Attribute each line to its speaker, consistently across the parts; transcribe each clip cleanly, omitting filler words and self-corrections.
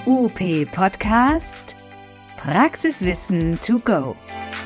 Speaker 1: UP Podcast Praxiswissen to go.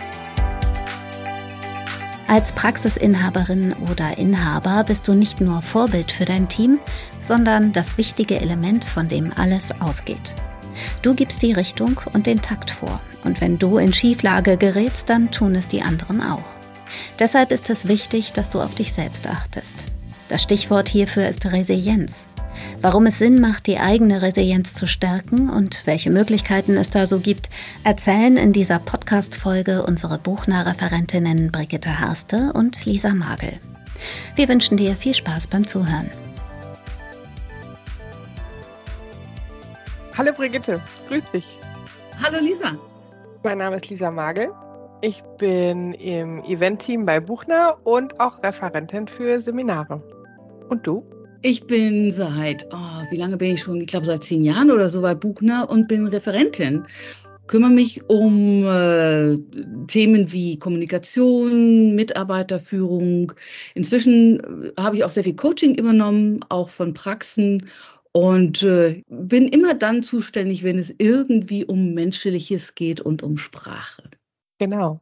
Speaker 2: Als Praxisinhaberin oder Inhaber bist du nicht nur Vorbild für dein Team, sondern das wichtige Element, von dem alles ausgeht. Du gibst die Richtung und den Takt vor. Und wenn du in Schieflage gerätst, dann tun es die anderen auch. Deshalb ist es wichtig, dass du auf dich selbst achtest. Das Stichwort hierfür ist Resilienz. Warum es Sinn macht, die eigene Resilienz zu stärken und welche Möglichkeiten es da so gibt, erzählen in dieser Podcast-Folge unsere Buchner-Referentinnen Brigitte Harste und Lisa Magel. Wir wünschen dir viel Spaß beim Zuhören.
Speaker 3: Hallo Brigitte, grüß dich.
Speaker 4: Hallo Lisa.
Speaker 3: Mein Name ist Lisa Magel. Ich bin im Event-Team bei Buchner und auch Referentin für Seminare. Und du?
Speaker 4: Ich bin wie lange bin ich schon? Ich glaube seit 10 Jahren oder so bei Buchner und bin Referentin. Kümmere mich um Themen wie Kommunikation, Mitarbeiterführung. Inzwischen habe ich auch sehr viel Coaching übernommen, auch von Praxen. Und bin immer dann zuständig, wenn es irgendwie um Menschliches geht und um Sprache.
Speaker 3: Genau.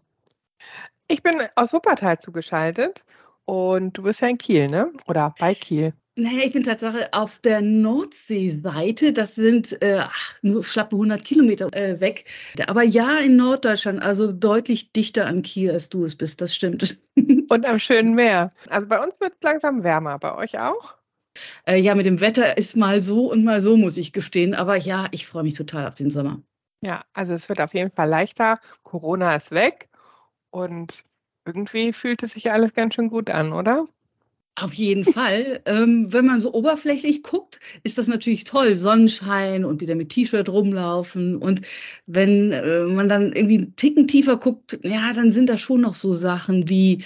Speaker 3: Ich bin aus Wuppertal zugeschaltet und du bist ja in Kiel, ne? Oder bei Kiel.
Speaker 4: Naja, ich bin Tatsache auf der Nordseeseite. Das sind nur schlappe 100 Kilometer weg. Aber ja, in Norddeutschland, also deutlich dichter an Kiel, als du es bist. Das stimmt.
Speaker 3: Und am schönen Meer. Also bei uns wird es langsam wärmer. Bei euch auch?
Speaker 4: Ja, mit dem Wetter ist mal so und mal so, muss ich gestehen. Aber ja, ich freue mich total auf den Sommer.
Speaker 3: Ja, also es wird auf jeden Fall leichter. Corona ist weg und irgendwie fühlt es sich alles ganz schön gut an, oder?
Speaker 4: Auf jeden Fall. Wenn man so oberflächlich guckt, ist das natürlich toll. Sonnenschein und wieder mit T-Shirt rumlaufen. Und wenn man dann irgendwie einen Ticken tiefer guckt, ja, dann sind da schon noch so Sachen wie,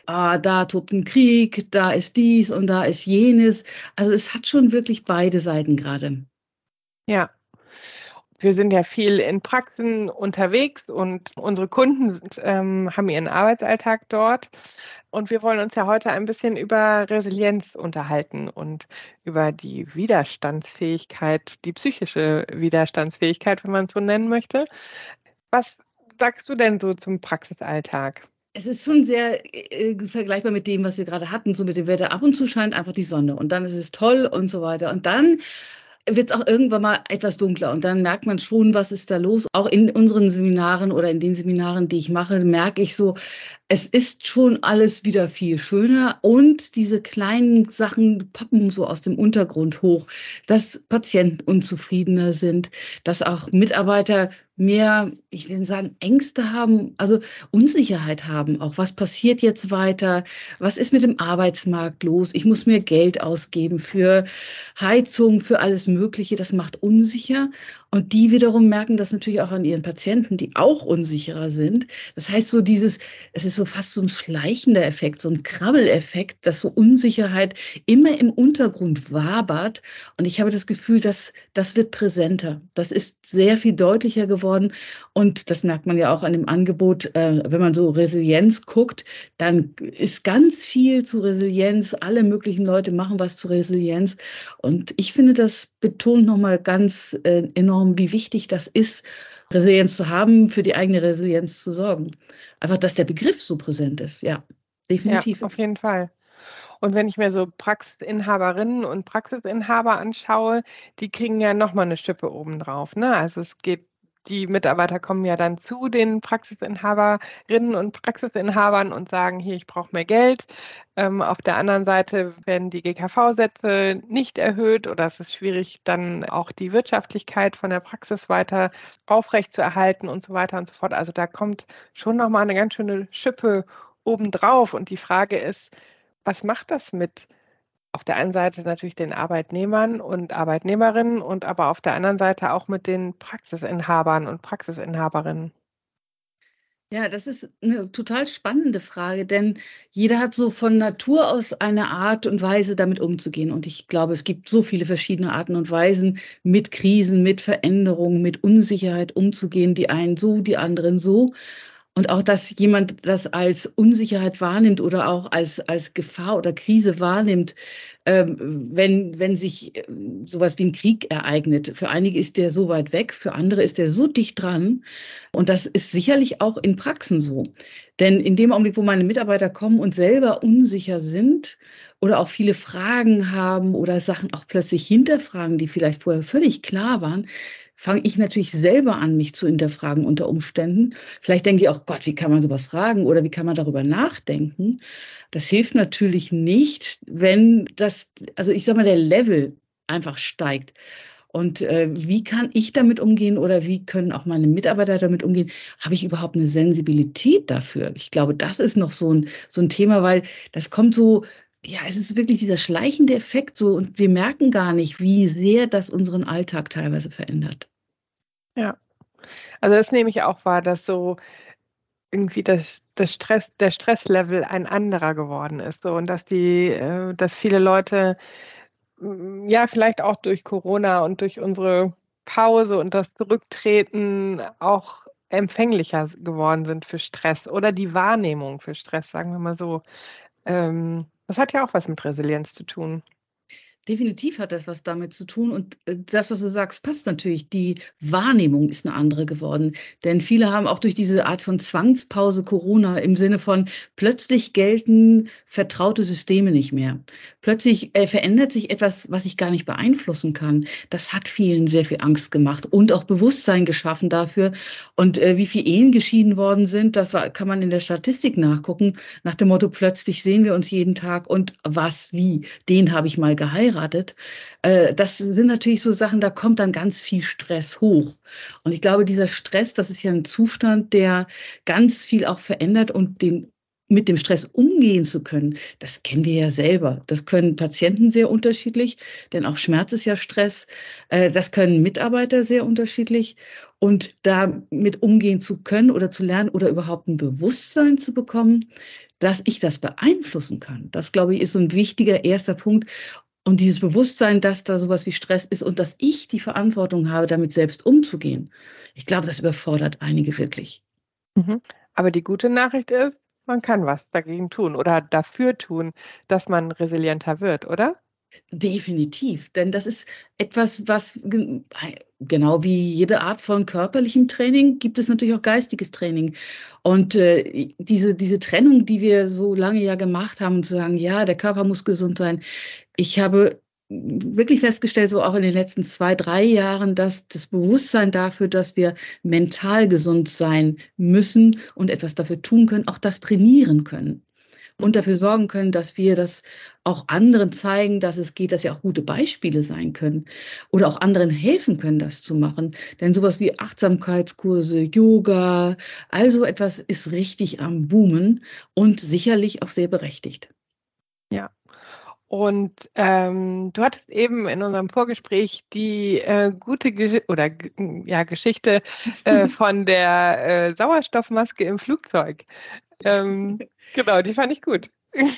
Speaker 4: da tobt ein Krieg, da ist dies und da ist jenes. Also es hat schon wirklich beide Seiten gerade.
Speaker 3: Ja. Wir sind ja viel in Praxen unterwegs und unsere Kunden haben ihren Arbeitsalltag dort. Und wir wollen uns ja heute ein bisschen über Resilienz unterhalten und über die Widerstandsfähigkeit, die psychische Widerstandsfähigkeit, wenn man es so nennen möchte. Was sagst du denn so zum Praxisalltag?
Speaker 4: Es ist schon sehr vergleichbar mit dem, was wir gerade hatten, so mit dem Wetter. Ab und zu scheint einfach die Sonne und dann ist es toll und so weiter. Und dann wird es auch irgendwann mal etwas dunkler und dann merkt man schon, was ist da los. Auch in unseren Seminaren oder in den Seminaren, die ich mache, merke ich so, es ist schon alles wieder viel schöner und diese kleinen Sachen poppen so aus dem Untergrund hoch, dass Patienten unzufriedener sind, dass auch Mitarbeiter mehr, ich will sagen, Ängste haben, also Unsicherheit haben. Auch was passiert jetzt weiter? Was ist mit dem Arbeitsmarkt los? Ich muss mehr Geld ausgeben für Heizung, für alles Mögliche. Das macht unsicher. Und die wiederum merken das natürlich auch an ihren Patienten, die auch unsicherer sind. Das heißt, es ist so fast so ein schleichender Effekt, so ein Krabbeleffekt, dass so Unsicherheit immer im Untergrund wabert. Und ich habe das Gefühl, das wird präsenter. Das ist sehr viel deutlicher geworden. Und das merkt man ja auch an dem Angebot, wenn man so Resilienz guckt, dann ist ganz viel zu Resilienz. Alle möglichen Leute machen was zu Resilienz. Und ich finde, das betont nochmal ganz enorm, wie wichtig das ist, Resilienz zu haben, für die eigene Resilienz zu sorgen. Einfach, dass der Begriff so präsent ist. Ja, definitiv.
Speaker 3: Ja, auf jeden Fall. Und wenn ich mir so Praxisinhaberinnen und Praxisinhaber anschaue, die kriegen ja nochmal eine Schippe obendrauf, ne? Also die Mitarbeiter kommen ja dann zu den Praxisinhaberinnen und Praxisinhabern und sagen, hier, ich brauche mehr Geld. Auf der anderen Seite werden die GKV-Sätze nicht erhöht oder es ist schwierig, dann auch die Wirtschaftlichkeit von der Praxis weiter aufrechtzuerhalten und so weiter und so fort. Also da kommt schon nochmal eine ganz schöne Schippe obendrauf. Und die Frage ist, was macht das mit auf der einen Seite natürlich den Arbeitnehmern und Arbeitnehmerinnen und aber auf der anderen Seite auch mit den Praxisinhabern und Praxisinhaberinnen?
Speaker 4: Ja, das ist eine total spannende Frage, denn jeder hat so von Natur aus eine Art und Weise, damit umzugehen. Und ich glaube, es gibt so viele verschiedene Arten und Weisen, mit Krisen, mit Veränderungen, mit Unsicherheit umzugehen. Die einen so, die anderen so. Und auch, dass jemand das als Unsicherheit wahrnimmt oder auch als Gefahr oder Krise wahrnimmt, wenn sich sowas wie ein Krieg ereignet. Für einige ist der so weit weg, für andere ist der so dicht dran. Und das ist sicherlich auch in Praxen so. Denn in dem Augenblick, wo meine Mitarbeiter kommen und selber unsicher sind oder auch viele Fragen haben oder Sachen auch plötzlich hinterfragen, die vielleicht vorher völlig klar waren, fange ich natürlich selber an, mich zu hinterfragen unter Umständen. Vielleicht denke ich auch, Gott, wie kann man sowas fragen oder wie kann man darüber nachdenken? Das hilft natürlich nicht, wenn das, also ich sage mal, der Level einfach steigt. Und wie kann ich damit umgehen oder wie können auch meine Mitarbeiter damit umgehen? Habe ich überhaupt eine Sensibilität dafür? Ich glaube, das ist noch so ein Thema, weil das kommt so, ja, es ist wirklich dieser schleichende Effekt so und wir merken gar nicht, wie sehr das unseren Alltag teilweise verändert.
Speaker 3: Ja, also das nehme ich auch wahr, dass so irgendwie der Stresslevel ein anderer geworden ist. So, und dass dass viele Leute ja vielleicht auch durch Corona und durch unsere Pause und das Zurücktreten auch empfänglicher geworden sind für Stress oder die Wahrnehmung für Stress, sagen wir mal so. Das hat ja auch was mit Resilienz zu tun.
Speaker 4: Definitiv hat das was damit zu tun. Und das, was du sagst, passt natürlich. Die Wahrnehmung ist eine andere geworden. Denn viele haben auch durch diese Art von Zwangspause Corona im Sinne von plötzlich gelten vertraute Systeme nicht mehr. Plötzlich verändert sich etwas, was ich gar nicht beeinflussen kann. Das hat vielen sehr viel Angst gemacht und auch Bewusstsein geschaffen dafür. Und wie viele Ehen geschieden worden sind, kann man in der Statistik nachgucken. Nach dem Motto, plötzlich sehen wir uns jeden Tag und was, wie, den habe ich mal geheiratet. Das sind natürlich so Sachen, da kommt dann ganz viel Stress hoch. Und ich glaube, dieser Stress, das ist ja ein Zustand, der ganz viel auch verändert und mit dem Stress umgehen zu können, das kennen wir ja selber. Das können Patienten sehr unterschiedlich, denn auch Schmerz ist ja Stress. Das können Mitarbeiter sehr unterschiedlich. Und damit umgehen zu können oder zu lernen oder überhaupt ein Bewusstsein zu bekommen, dass ich das beeinflussen kann, das, glaube ich, ist so ein wichtiger erster Punkt. Und dieses Bewusstsein, dass da sowas wie Stress ist und dass ich die Verantwortung habe, damit selbst umzugehen, ich glaube, das überfordert einige wirklich.
Speaker 3: Mhm. Aber die gute Nachricht ist, man kann was dagegen tun oder dafür tun, dass man resilienter wird, oder?
Speaker 4: Definitiv, denn das ist etwas, was genau wie jede Art von körperlichem Training gibt es natürlich auch geistiges Training. Und diese Trennung, die wir so lange ja gemacht haben, zu sagen, ja, der Körper muss gesund sein. Ich habe wirklich festgestellt, so auch in den letzten 2, 3 Jahren, dass das Bewusstsein dafür, dass wir mental gesund sein müssen und etwas dafür tun können, auch das trainieren können. Und dafür sorgen können, dass wir das auch anderen zeigen, dass es geht, dass wir auch gute Beispiele sein können oder auch anderen helfen können, das zu machen. Denn sowas wie Achtsamkeitskurse, Yoga, also etwas ist richtig am Boomen und sicherlich auch sehr berechtigt.
Speaker 3: Ja. Und du hattest eben in unserem Vorgespräch die gute Geschichte von der Sauerstoffmaske im Flugzeug. Genau, die fand ich gut.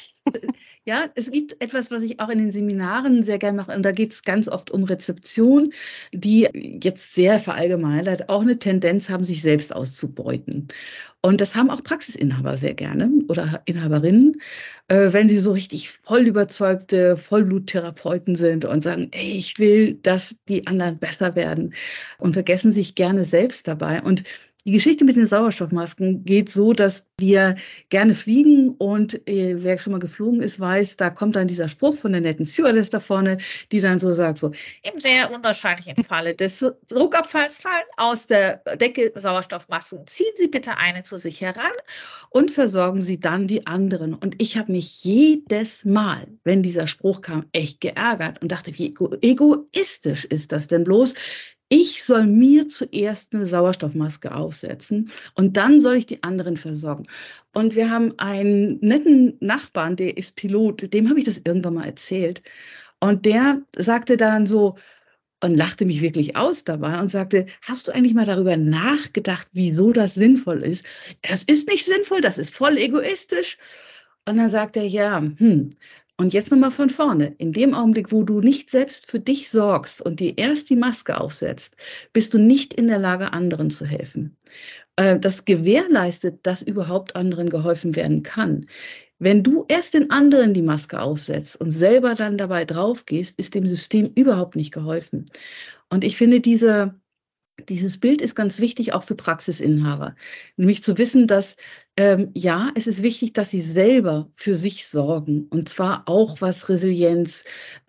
Speaker 4: Ja, es gibt etwas, was ich auch in den Seminaren sehr gerne mache. Und da geht es ganz oft um Rezeption, die jetzt sehr verallgemeinert auch eine Tendenz haben, sich selbst auszubeuten. Und das haben auch Praxisinhaber sehr gerne oder Inhaberinnen, wenn sie so richtig voll überzeugte Vollbluttherapeuten sind und sagen, ey, ich will, dass die anderen besser werden und vergessen sich gerne selbst dabei. Und die Geschichte mit den Sauerstoffmasken geht so, dass wir gerne fliegen und wer schon mal geflogen ist, weiß, da kommt dann dieser Spruch von der netten Stewardess da vorne, die dann so sagt, so im sehr unwahrscheinlichen Falle des Druckabfalls fallen aus der Decke Sauerstoffmasken. Ziehen Sie bitte eine zu sich heran und versorgen Sie dann die anderen. Und ich habe mich jedes Mal, wenn dieser Spruch kam, echt geärgert und dachte, wie egoistisch ist das denn bloß? Ich soll mir zuerst eine Sauerstoffmaske aufsetzen und dann soll ich die anderen versorgen. Und wir haben einen netten Nachbarn, der ist Pilot, dem habe ich das irgendwann mal erzählt. Und der sagte dann so und lachte mich wirklich aus dabei und sagte, hast du eigentlich mal darüber nachgedacht, wieso das sinnvoll ist? Das ist nicht sinnvoll, das ist voll egoistisch. Und dann sagt er, ja, Und jetzt nochmal von vorne. In dem Augenblick, wo du nicht selbst für dich sorgst und dir erst die Maske aufsetzt, bist du nicht in der Lage, anderen zu helfen. das gewährleistet, dass überhaupt anderen geholfen werden kann. Wenn du erst den anderen die Maske aufsetzt und selber dann dabei drauf gehst, ist dem System überhaupt nicht geholfen. Und ich finde, dieses Bild ist ganz wichtig auch für Praxisinhaber. Nämlich zu wissen, dass ja, es ist wichtig, dass sie selber für sich sorgen. Und zwar auch was Resilienz,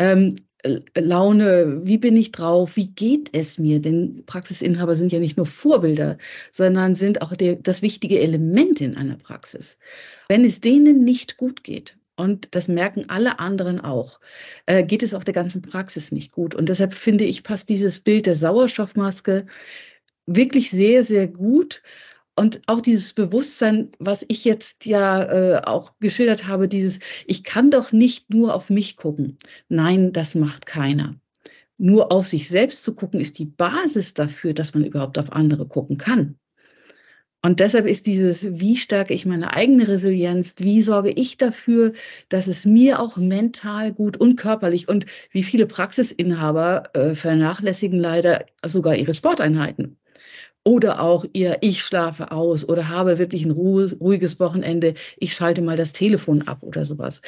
Speaker 4: Laune, wie bin ich drauf, wie geht es mir? Denn Praxisinhaber sind ja nicht nur Vorbilder, sondern sind auch das wichtige Element in einer Praxis. Wenn es denen nicht gut geht, und das merken alle anderen auch, geht es auch der ganzen Praxis nicht gut. Und deshalb finde ich, passt dieses Bild der Sauerstoffmaske wirklich sehr, sehr gut. Und auch dieses Bewusstsein, was ich jetzt ja auch geschildert habe, ich kann doch nicht nur auf mich gucken. Nein, das macht keiner. Nur auf sich selbst zu gucken, ist die Basis dafür, dass man überhaupt auf andere gucken kann. Und deshalb ist wie stärke ich meine eigene Resilienz, wie sorge ich dafür, dass es mir auch mental gut und körperlich, und wie viele Praxisinhaber vernachlässigen leider sogar ihre Sporteinheiten. Oder auch ich schlafe aus oder habe wirklich ein ruhiges Wochenende, ich schalte mal das Telefon ab oder sowas.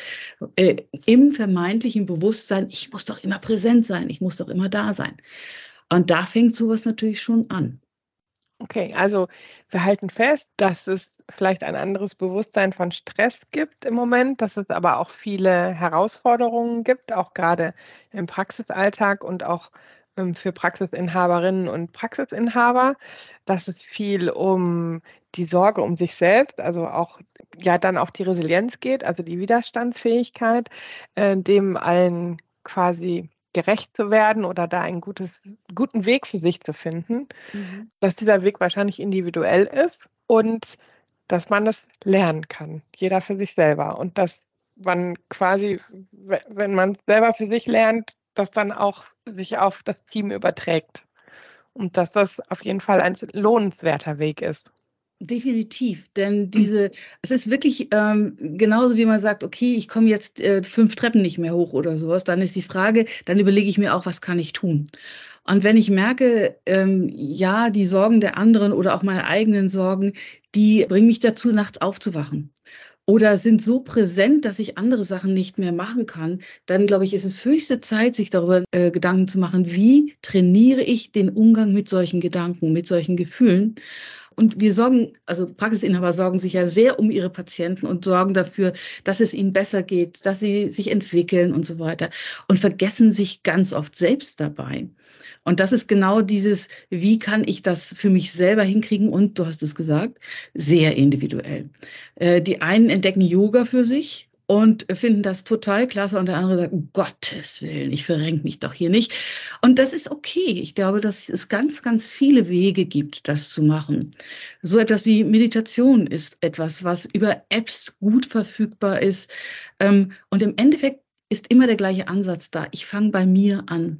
Speaker 4: Im vermeintlichen Bewusstsein, ich muss doch immer präsent sein, ich muss doch immer da sein. Und da fängt sowas natürlich schon an.
Speaker 3: Okay, also wir halten fest, dass es vielleicht ein anderes Bewusstsein von Stress gibt im Moment, dass es aber auch viele Herausforderungen gibt, auch gerade im Praxisalltag und auch für Praxisinhaberinnen und Praxisinhaber, dass es viel um die Sorge um sich selbst, also auch ja dann auch die Resilienz geht, also die Widerstandsfähigkeit, dem allen quasi gerecht zu werden oder da einen guten Weg für sich zu finden, dass dieser Weg wahrscheinlich individuell ist und dass man das lernen kann, jeder für sich selber. Und dass man quasi, wenn man selber für sich lernt, das dann auch sich auf das Team überträgt. Und dass das auf jeden Fall ein lohnenswerter Weg ist.
Speaker 4: Definitiv, denn es ist wirklich genauso, wie man sagt, okay, ich komme jetzt 5 Treppen nicht mehr hoch oder sowas, dann ist die Frage, dann überlege ich mir auch, was kann ich tun? Und wenn ich merke, ja, die Sorgen der anderen oder auch meine eigenen Sorgen, die bringen mich dazu, nachts aufzuwachen. Oder sind so präsent, dass ich andere Sachen nicht mehr machen kann, dann glaube ich, ist es höchste Zeit, sich darüber Gedanken zu machen, wie trainiere ich den Umgang mit solchen Gedanken, mit solchen Gefühlen. Und Praxisinhaber sorgen sich ja sehr um ihre Patienten und sorgen dafür, dass es ihnen besser geht, dass sie sich entwickeln und so weiter und vergessen sich ganz oft selbst dabei. Und das ist genau wie kann ich das für mich selber hinkriegen? Und du hast es gesagt, sehr individuell. Die einen entdecken Yoga für sich und finden das total klasse und der andere sagt, um Gottes Willen, ich verrenke mich doch hier nicht. Und das ist okay. Ich glaube, dass es ganz, ganz viele Wege gibt, das zu machen. So etwas wie Meditation ist etwas, was über Apps gut verfügbar ist. Und im Endeffekt ist immer der gleiche Ansatz da. Ich fange bei mir an.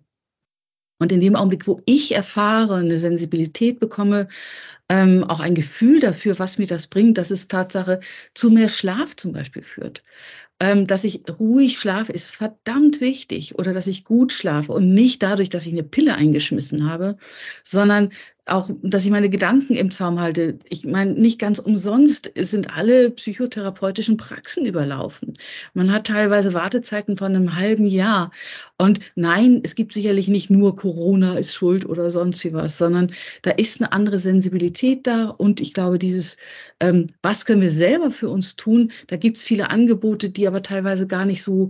Speaker 4: Und in dem Augenblick, wo ich erfahre, eine Sensibilität bekomme, auch ein Gefühl dafür, was mir das bringt, dass es Tatsache zu mehr Schlaf zum Beispiel führt. Dass ich ruhig schlafe, ist verdammt wichtig. Oder dass ich gut schlafe und nicht dadurch, dass ich eine Pille eingeschmissen habe, sondern auch, dass ich meine Gedanken im Zaum halte. Ich meine, nicht ganz umsonst sind alle psychotherapeutischen Praxen überlaufen. Man hat teilweise Wartezeiten von einem halben Jahr. Und nein, es gibt sicherlich nicht nur Corona ist schuld oder sonst wie was, sondern da ist eine andere Sensibilität da. Und ich glaube, was können wir selber für uns tun? Da gibt es viele Angebote, die aber teilweise gar nicht so,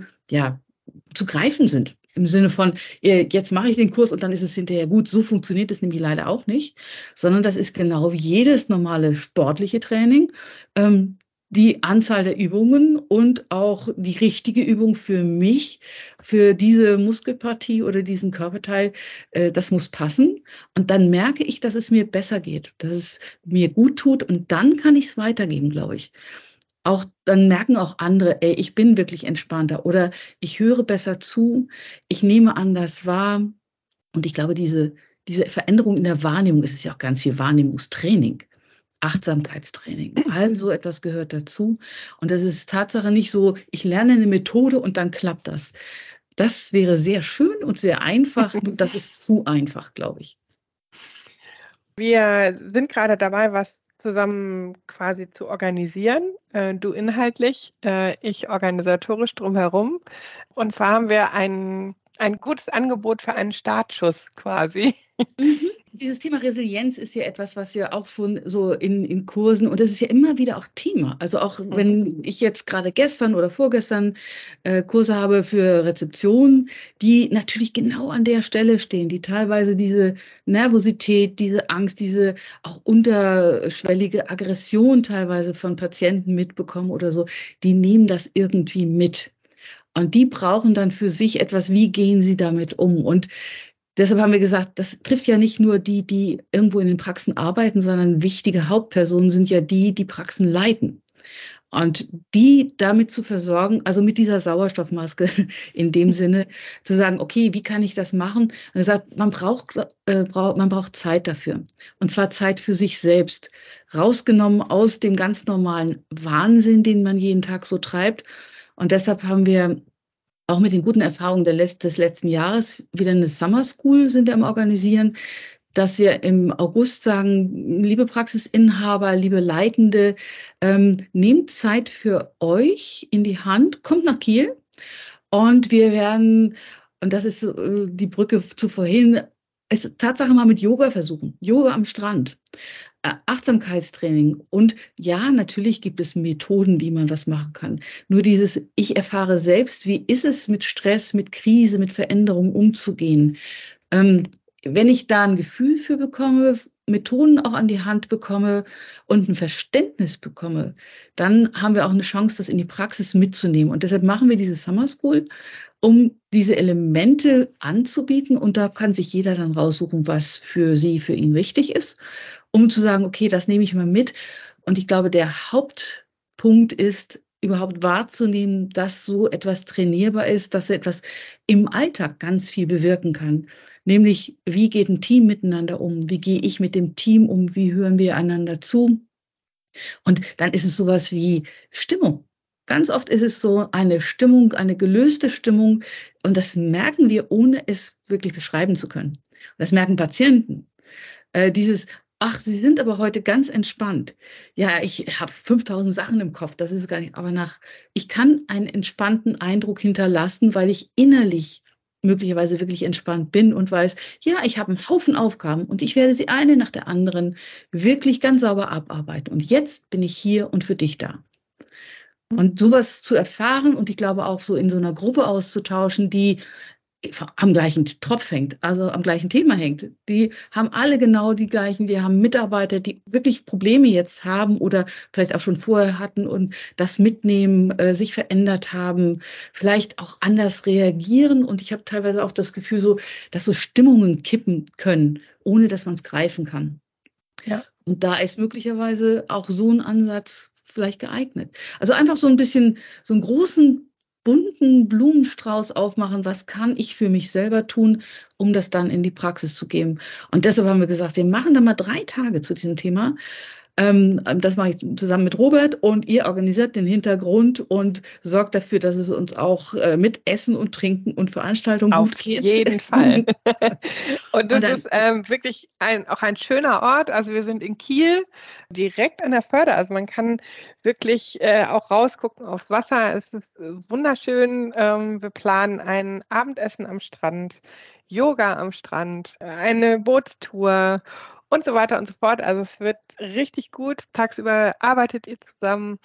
Speaker 4: zu greifen sind. Im Sinne von, jetzt mache ich den Kurs und dann ist es hinterher gut. So funktioniert es nämlich leider auch nicht. Sondern das ist genau wie jedes normale sportliche Training. Die Anzahl der Übungen und auch die richtige Übung für mich, für diese Muskelpartie oder diesen Körperteil, das muss passen. Und dann merke ich, dass es mir besser geht, dass es mir gut tut und dann kann ich es weitergeben, glaube ich. Dann merken auch andere, ich bin wirklich entspannter oder ich höre besser zu, ich nehme anders wahr. Und ich glaube, diese Veränderung in der Wahrnehmung, es ist ja auch ganz viel Wahrnehmungstraining, Achtsamkeitstraining, all so etwas gehört dazu. Und das ist Tatsache nicht so, ich lerne eine Methode und dann klappt das. Das wäre sehr schön und sehr einfach. Und das ist zu einfach, glaube ich.
Speaker 3: Wir sind gerade dabei, was zusammen quasi zu organisieren. Du inhaltlich, ich organisatorisch drumherum. Und zwar haben wir ein gutes Angebot für einen Startschuss quasi.
Speaker 4: Dieses Thema Resilienz ist ja etwas, was wir auch schon so in Kursen, und das ist ja immer wieder auch Thema. Also auch wenn ich jetzt gerade gestern oder vorgestern Kurse habe für Rezeption, die natürlich genau an der Stelle stehen, die teilweise diese Nervosität, diese Angst, diese auch unterschwellige Aggression teilweise von Patienten mitbekommen oder so, die nehmen das irgendwie mit. Und die brauchen dann für sich etwas, wie gehen sie damit um? Und deshalb haben wir gesagt, das trifft ja nicht nur die, die irgendwo in den Praxen arbeiten, sondern wichtige Hauptpersonen sind ja die, die Praxen leiten. Und die damit zu versorgen, also mit dieser Sauerstoffmaske in dem Sinne, zu sagen, okay, wie kann ich das machen? Und gesagt, man braucht Zeit dafür. Und zwar Zeit für sich selbst. Rausgenommen aus dem ganz normalen Wahnsinn, den man jeden Tag so treibt. Und deshalb haben wir auch mit den guten Erfahrungen des letzten Jahres wieder eine Summer School sind wir am Organisieren, dass wir im August sagen, liebe Praxisinhaber, liebe Leitende, nehmt Zeit für euch in die Hand, kommt nach Kiel und wir werden, und das ist die Brücke zu vorhin, es Tatsache mal mit Yoga versuchen, Yoga am Strand. Achtsamkeitstraining. Und ja, natürlich gibt es Methoden, wie man das machen kann. Nur dieses, ich erfahre selbst, wie ist es mit Stress, mit Krise, mit Veränderung umzugehen. Wenn ich da ein Gefühl für bekomme, Methoden auch an die Hand bekomme und ein Verständnis bekomme, dann haben wir auch eine Chance, das in die Praxis mitzunehmen. Und deshalb machen wir diese Summer School, um diese Elemente anzubieten. Und da kann sich jeder dann raussuchen, was für ihn richtig ist, um zu sagen, okay, das nehme ich mal mit. Und ich glaube, der Hauptpunkt ist, überhaupt wahrzunehmen, dass so etwas trainierbar ist, dass so etwas im Alltag ganz viel bewirken kann. Nämlich, wie geht ein Team miteinander um? Wie gehe ich mit dem Team um? Wie hören wir einander zu? Und dann ist es sowas wie Stimmung. Ganz oft ist es so eine Stimmung, eine gelöste Stimmung. Und das merken wir, ohne es wirklich beschreiben zu können. Und das merken Patienten. Ach, Sie sind aber heute ganz entspannt. Ja, ich habe 5000 Sachen im Kopf, das ist gar nicht, aber ich kann einen entspannten Eindruck hinterlassen, weil ich innerlich möglicherweise wirklich entspannt bin und weiß, ja, ich habe einen Haufen Aufgaben und ich werde sie eine nach der anderen wirklich ganz sauber abarbeiten. Und jetzt bin ich hier und für dich da. Und sowas zu erfahren und ich glaube auch so in so einer Gruppe auszutauschen, die am gleichen Tropf hängt, also am gleichen Thema hängt. Die haben alle genau die gleichen. Wir haben Mitarbeiter, die wirklich Probleme jetzt haben oder vielleicht auch schon vorher hatten und das mitnehmen, sich verändert haben, vielleicht auch anders reagieren. Und ich habe teilweise auch das Gefühl, so, dass so Stimmungen kippen können, ohne dass man es greifen kann.
Speaker 3: Ja.
Speaker 4: Und da ist möglicherweise auch so ein Ansatz vielleicht geeignet. Also einfach so ein bisschen, so einen großen bunten Blumenstrauß aufmachen, was kann ich für mich selber tun, um das dann in die Praxis zu geben. Und deshalb haben wir gesagt, wir machen da mal 3 Tage zu diesem Thema. Das mache ich zusammen mit Robert und ihr organisiert den Hintergrund und sorgt dafür, dass es uns auch mit Essen und Trinken und Veranstaltungen gut geht.
Speaker 3: Auf jeden Fall. Und das ist wirklich auch ein schöner Ort. Also wir sind in Kiel, direkt an der Förde. Also man kann wirklich auch rausgucken aufs Wasser. Es ist wunderschön. Wir planen ein Abendessen am Strand, Yoga am Strand, eine Bootstour und so weiter und so fort. Also es wird richtig gut. Tagsüber arbeitet ihr zusammen.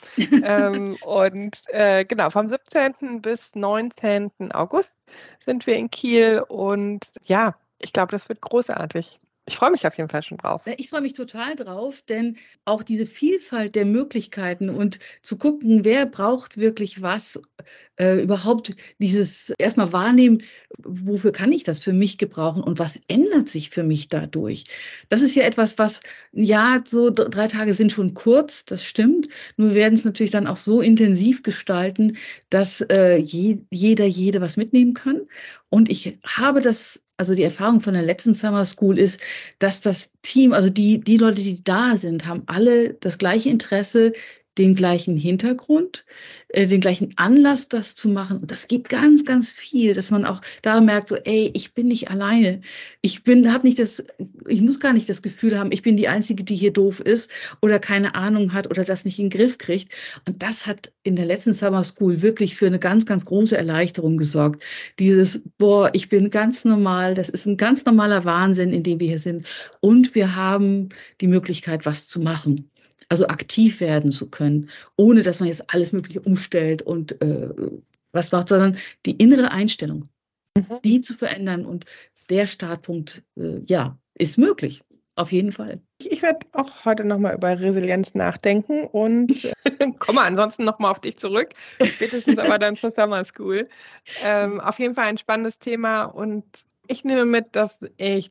Speaker 3: Und genau, vom 17. bis 19. August sind wir in Kiel. Und ja, ich glaube, das wird großartig. Ich freue mich auf jeden Fall schon drauf.
Speaker 4: Ich freue mich total drauf, denn auch diese Vielfalt der Möglichkeiten und zu gucken, wer braucht wirklich was, überhaupt dieses erstmal wahrnehmen, wofür kann ich das für mich gebrauchen und was ändert sich für mich dadurch? Das ist ja etwas, was, ja, so 3 Tage sind schon kurz, das stimmt, nur wir werden es natürlich dann auch so intensiv gestalten, dass jede was mitnehmen kann. Und ich habe also die Erfahrung von der letzten Summer School ist, dass das Team, also die Leute, die da sind, haben alle das gleiche Interesse, den gleichen Hintergrund, den gleichen Anlass, das zu machen. Und das gibt ganz, ganz viel, dass man auch da merkt, so, ey, ich bin nicht alleine. Ich muss gar nicht das Gefühl haben, ich bin die Einzige, die hier doof ist oder keine Ahnung hat oder das nicht in den Griff kriegt. Und das hat in der letzten Summer School wirklich für eine ganz, ganz große Erleichterung gesorgt. Dieses, ich bin ganz normal, das ist ein ganz normaler Wahnsinn, in dem wir hier sind. Und wir haben die Möglichkeit, was zu machen. Also aktiv werden zu können, ohne dass man jetzt alles Mögliche umstellt und was macht, sondern die innere Einstellung, die zu verändern. Und der Startpunkt, ist möglich, auf jeden Fall.
Speaker 3: Ich werde auch heute nochmal über Resilienz nachdenken und komme ansonsten nochmal auf dich zurück, spätestens aber dann zur Summer School. Auf jeden Fall ein spannendes Thema und ich nehme mit, dass ich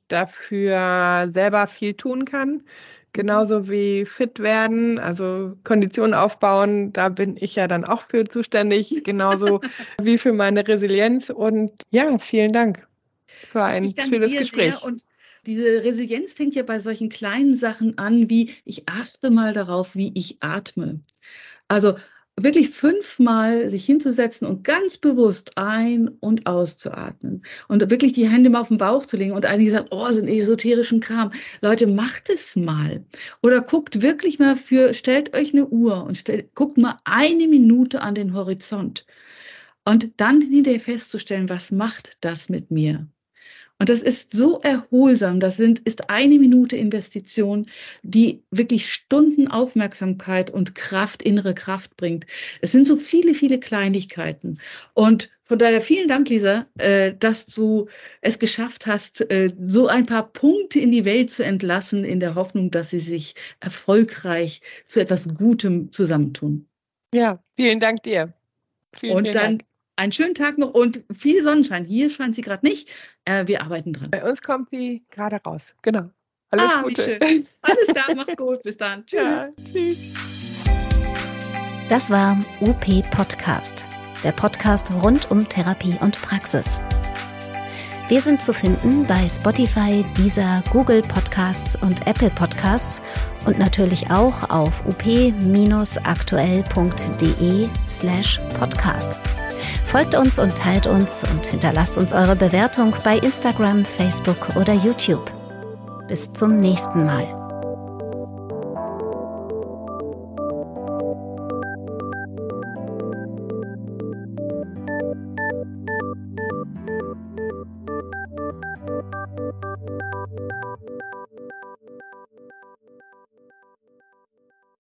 Speaker 3: dafür selber viel tun kann. Genauso wie fit werden, also Konditionen aufbauen, da bin ich ja dann auch für zuständig, genauso wie für meine Resilienz. Und ja, vielen Dank für ein schönes Gespräch.
Speaker 4: Sehr. Und diese Resilienz fängt ja bei solchen kleinen Sachen an, wie ich achte mal darauf, wie ich atme. Also wirklich 5-mal sich hinzusetzen und ganz bewusst ein- und auszuatmen und wirklich die Hände mal auf den Bauch zu legen. Und einige sagen, so ein esoterischen Kram. Leute, macht es mal. Oder guckt wirklich mal stellt euch eine Uhr und guckt mal 1 Minute an den Horizont. Und dann hinterher festzustellen, was macht das mit mir? Und das ist so erholsam, ist 1 Minute Investition, die wirklich Stunden Aufmerksamkeit und Kraft, innere Kraft bringt. Es sind so viele, viele Kleinigkeiten. Und von daher vielen Dank, Lisa, dass du es geschafft hast, so ein paar Punkte in die Welt zu entlassen, in der Hoffnung, dass sie sich erfolgreich zu etwas Gutem zusammentun.
Speaker 3: Ja, vielen Dank dir. Vielen
Speaker 4: dann
Speaker 3: Dank.
Speaker 4: Einen schönen Tag noch und viel Sonnenschein. Hier scheint sie gerade nicht. Wir arbeiten dran.
Speaker 3: Bei uns kommt sie gerade raus. Genau. Alles Gute.
Speaker 4: Wie schön. Alles klar, mach's gut. Bis dann. Tschüss.
Speaker 3: Ja, tschüss.
Speaker 2: Das war UP Podcast, der Podcast rund um Therapie und Praxis. Wir sind zu finden bei Spotify, Deezer, Google Podcasts und Apple Podcasts und natürlich auch auf up-aktuell.de/podcast. Folgt uns und teilt uns und hinterlasst uns eure Bewertung bei Instagram, Facebook oder YouTube. Bis zum nächsten Mal.